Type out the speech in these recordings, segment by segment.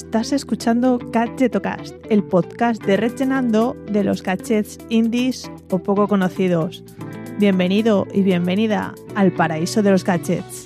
Estás escuchando Gadgetocast, el podcast de Rellenando de los gadgets indies o poco conocidos. Bienvenido y bienvenida al paraíso de los gadgets.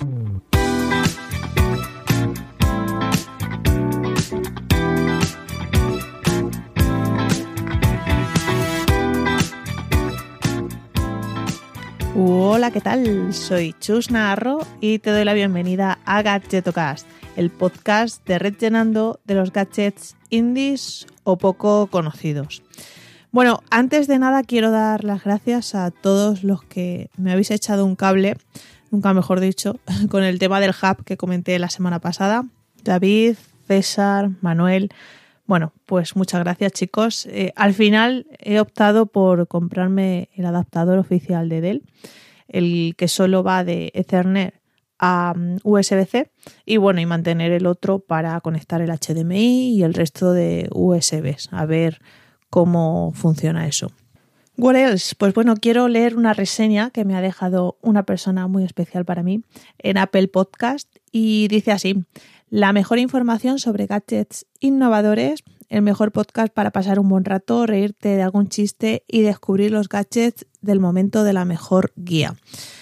Hola, ¿qué tal? Soy Chus Naharro y te doy la bienvenida a Gadgetocast, el podcast de Rellenando de los gadgets indies o poco conocidos. Bueno, antes de nada quiero dar las gracias a todos los que me habéis echado un cable, nunca mejor dicho, con el tema del hub que comenté la semana pasada. David, César, Manuel. Bueno, pues muchas gracias, chicos. Al final he optado por comprarme el adaptador oficial de Dell, el que solo va de Ethernet a USB-C y mantener el otro para conectar el HDMI y el resto de USBs. A ver cómo funciona eso. What else? Pues quiero leer una reseña que me ha dejado una persona muy especial para mí en Apple Podcast y dice así: la mejor información sobre gadgets innovadores, el mejor podcast para pasar un buen rato, reírte de algún chiste y descubrir los gadgets del momento de la mejor guía.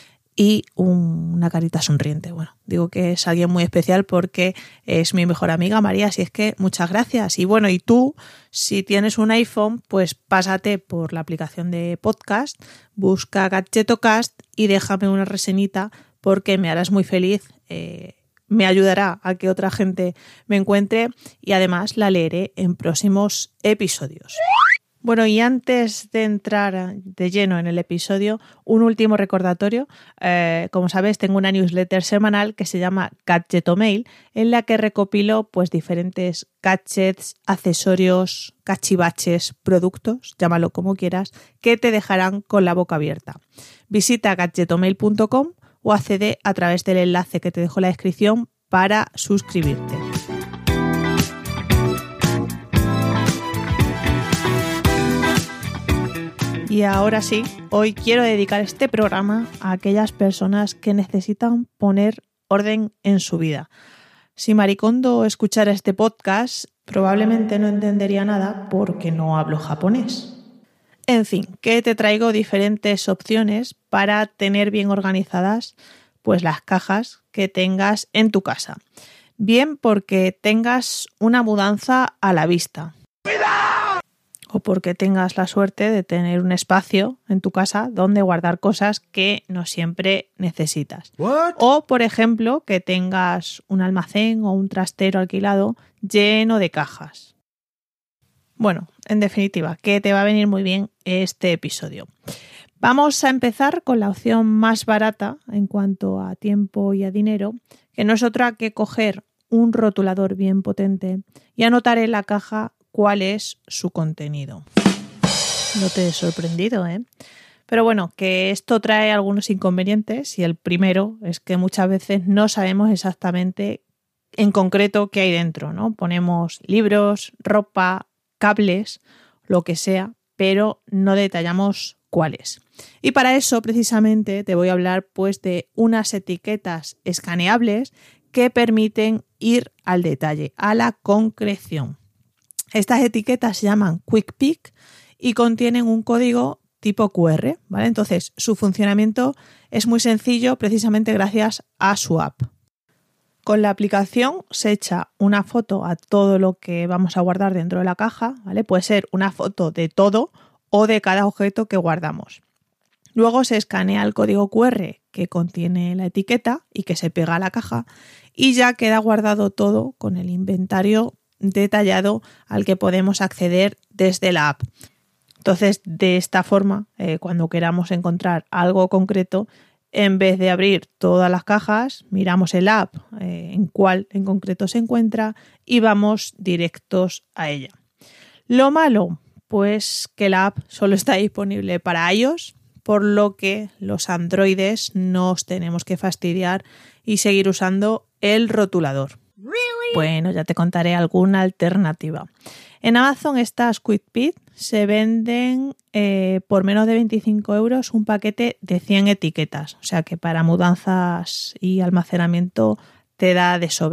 Y una carita sonriente. Bueno, digo que es alguien muy especial porque es mi mejor amiga María, así es que muchas gracias. Y tú, si tienes un iPhone, pues pásate por la aplicación de podcast, busca Gadgetocast y déjame una reseñita porque me harás muy feliz. Me ayudará a que otra gente me encuentre y además la leeré en próximos episodios. Bueno, y antes de entrar de lleno en el episodio, un último recordatorio. Como sabes, tengo una newsletter semanal que se llama Gadgetomail, en la que recopilo diferentes gadgets, accesorios, cachivaches, productos, llámalo como quieras, que te dejarán con la boca abierta. Visita gadgetomail.com o accede a través del enlace que te dejo en la descripción para suscribirte. Y ahora sí, hoy quiero dedicar este programa a aquellas personas que necesitan poner orden en su vida. Si Maricondo escuchara este podcast, probablemente no entendería nada porque no hablo japonés. En fin, que te traigo diferentes opciones para tener bien organizadas las cajas que tengas en tu casa. Bien porque tengas una mudanza a la vista. O porque tengas la suerte de tener un espacio en tu casa donde guardar cosas que no siempre necesitas. What? O, por ejemplo, que tengas un almacén o un trastero alquilado lleno de cajas. Bueno, en definitiva, que te va a venir muy bien este episodio. Vamos a empezar con la opción más barata en cuanto a tiempo y a dinero, que no es otra que coger un rotulador bien potente y anotar en la caja cuál es su contenido. No te he sorprendido, ¿eh? Pero que esto trae algunos inconvenientes y el primero es que muchas veces no sabemos exactamente en concreto qué hay dentro, ¿no? Ponemos libros, ropa, cables, lo que sea, pero no detallamos cuáles. Y para eso precisamente te voy a hablar de unas etiquetas escaneables que permiten ir al detalle, a la concreción. Estas etiquetas se llaman Quick Pick y contienen un código tipo QR, ¿vale? Entonces, su funcionamiento es muy sencillo precisamente gracias a su app. Con la aplicación se echa una foto a todo lo que vamos a guardar dentro de la caja, ¿vale? Puede ser una foto de todo o de cada objeto que guardamos. Luego se escanea el código QR que contiene la etiqueta y que se pega a la caja y ya queda guardado todo con el inventario detallado al que podemos acceder desde la app. Entonces, de esta forma, cuando queramos encontrar algo concreto, en vez de abrir todas las cajas, miramos el app en cuál en concreto se encuentra y vamos directos a ella. Lo malo, que la app solo está disponible para iOS, por lo que los androides nos tenemos que fastidiar y seguir usando el rotulador. Bueno, ya te contaré alguna alternativa. En Amazon estas Quick Pick se venden por menos de 25 euros un paquete de 100 etiquetas. O sea que para mudanzas y almacenamiento te da de sobra.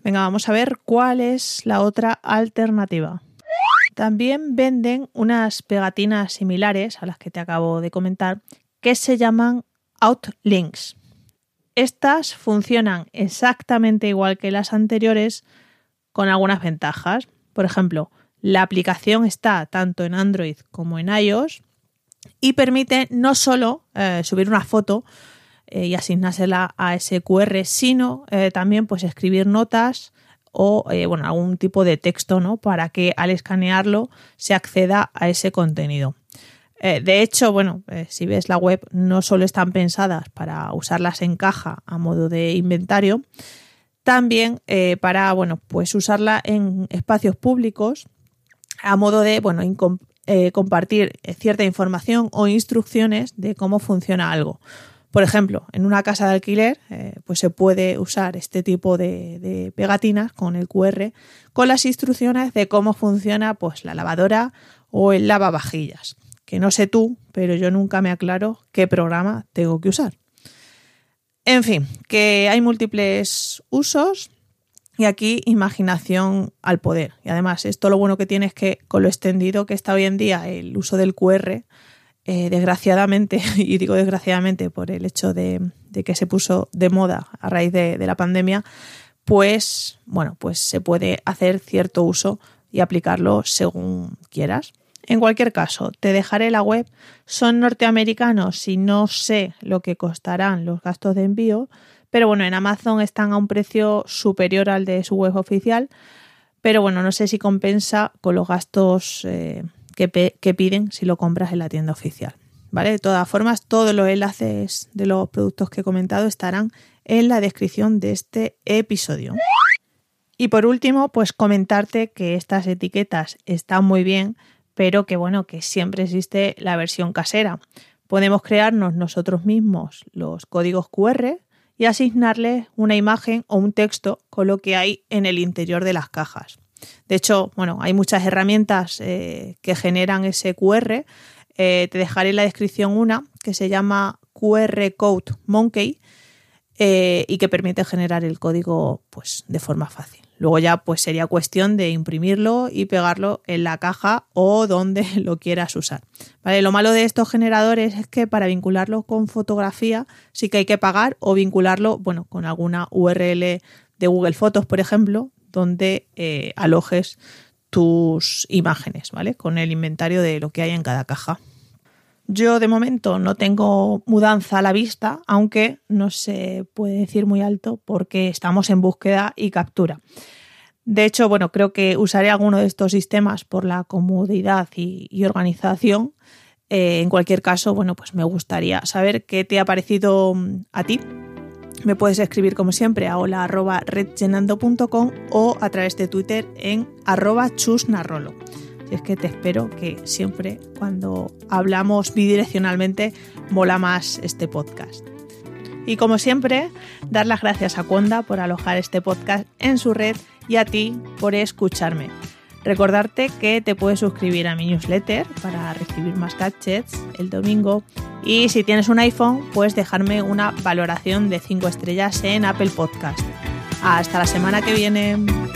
Venga, vamos a ver cuál es la otra alternativa. También venden unas pegatinas similares a las que te acabo de comentar que se llaman Outlinks. Estas funcionan exactamente igual que las anteriores con algunas ventajas. Por ejemplo, la aplicación está tanto en Android como en iOS y permite no solo subir una foto y asignársela a ese QR, sino también pues, escribir notas o algún tipo de texto, ¿no? Para que al escanearlo se acceda a ese contenido. De hecho, si ves la web, no solo están pensadas para usarlas en caja a modo de inventario, también para usarla en espacios públicos a modo de compartir cierta información o instrucciones de cómo funciona algo. Por ejemplo, en una casa de alquiler pues se puede usar este tipo de pegatinas con el QR con las instrucciones de cómo funciona pues, la lavadora o el lavavajillas. Que no sé tú, pero yo nunca me aclaro qué programa tengo que usar. En fin, que hay múltiples usos y aquí imaginación al poder. Y además, esto lo bueno que tiene es que con lo extendido que está hoy en día el uso del QR, desgraciadamente, y digo desgraciadamente por el hecho de que se puso de moda a raíz de la pandemia, pues se puede hacer cierto uso y aplicarlo según quieras. En cualquier caso, te dejaré la web. Son norteamericanos y no sé lo que costarán los gastos de envío, pero en Amazon están a un precio superior al de su web oficial, pero no sé si compensa con los gastos que piden si lo compras en la tienda oficial. ¿Vale? De todas formas, todos los enlaces de los productos que he comentado estarán en la descripción de este episodio. Y por último, pues comentarte que estas etiquetas están muy bien, pero que siempre existe la versión casera. Podemos crearnos nosotros mismos los códigos QR y asignarles una imagen o un texto con lo que hay en el interior de las cajas. De hecho, hay muchas herramientas que generan ese QR. Te dejaré en la descripción una que se llama QR Code Monkey y que permite generar el código pues, de forma fácil. Luego ya pues sería cuestión de imprimirlo y pegarlo en la caja o donde lo quieras usar. ¿Vale? Lo malo de estos generadores es que para vincularlo con fotografía sí que hay que pagar o vincularlo con alguna URL de Google Fotos, por ejemplo, donde alojes tus imágenes, ¿vale? Con el inventario de lo que hay en cada caja. Yo de momento no tengo mudanza a la vista, aunque no se puede decir muy alto porque estamos en búsqueda y captura. De hecho, creo que usaré alguno de estos sistemas por la comodidad y organización. En cualquier caso, pues me gustaría saber qué te ha parecido a ti. Me puedes escribir como siempre a hola@redllenando.com o a través de Twitter en @chusnarrolo. Si es que te espero, que siempre cuando hablamos bidireccionalmente mola más este podcast. Y como siempre, dar las gracias a Conda por alojar este podcast en su red y a ti por escucharme. Recordarte que te puedes suscribir a mi newsletter para recibir más gadgets el domingo y si tienes un iPhone puedes dejarme una valoración de 5 estrellas en Apple Podcast. Hasta la semana que viene.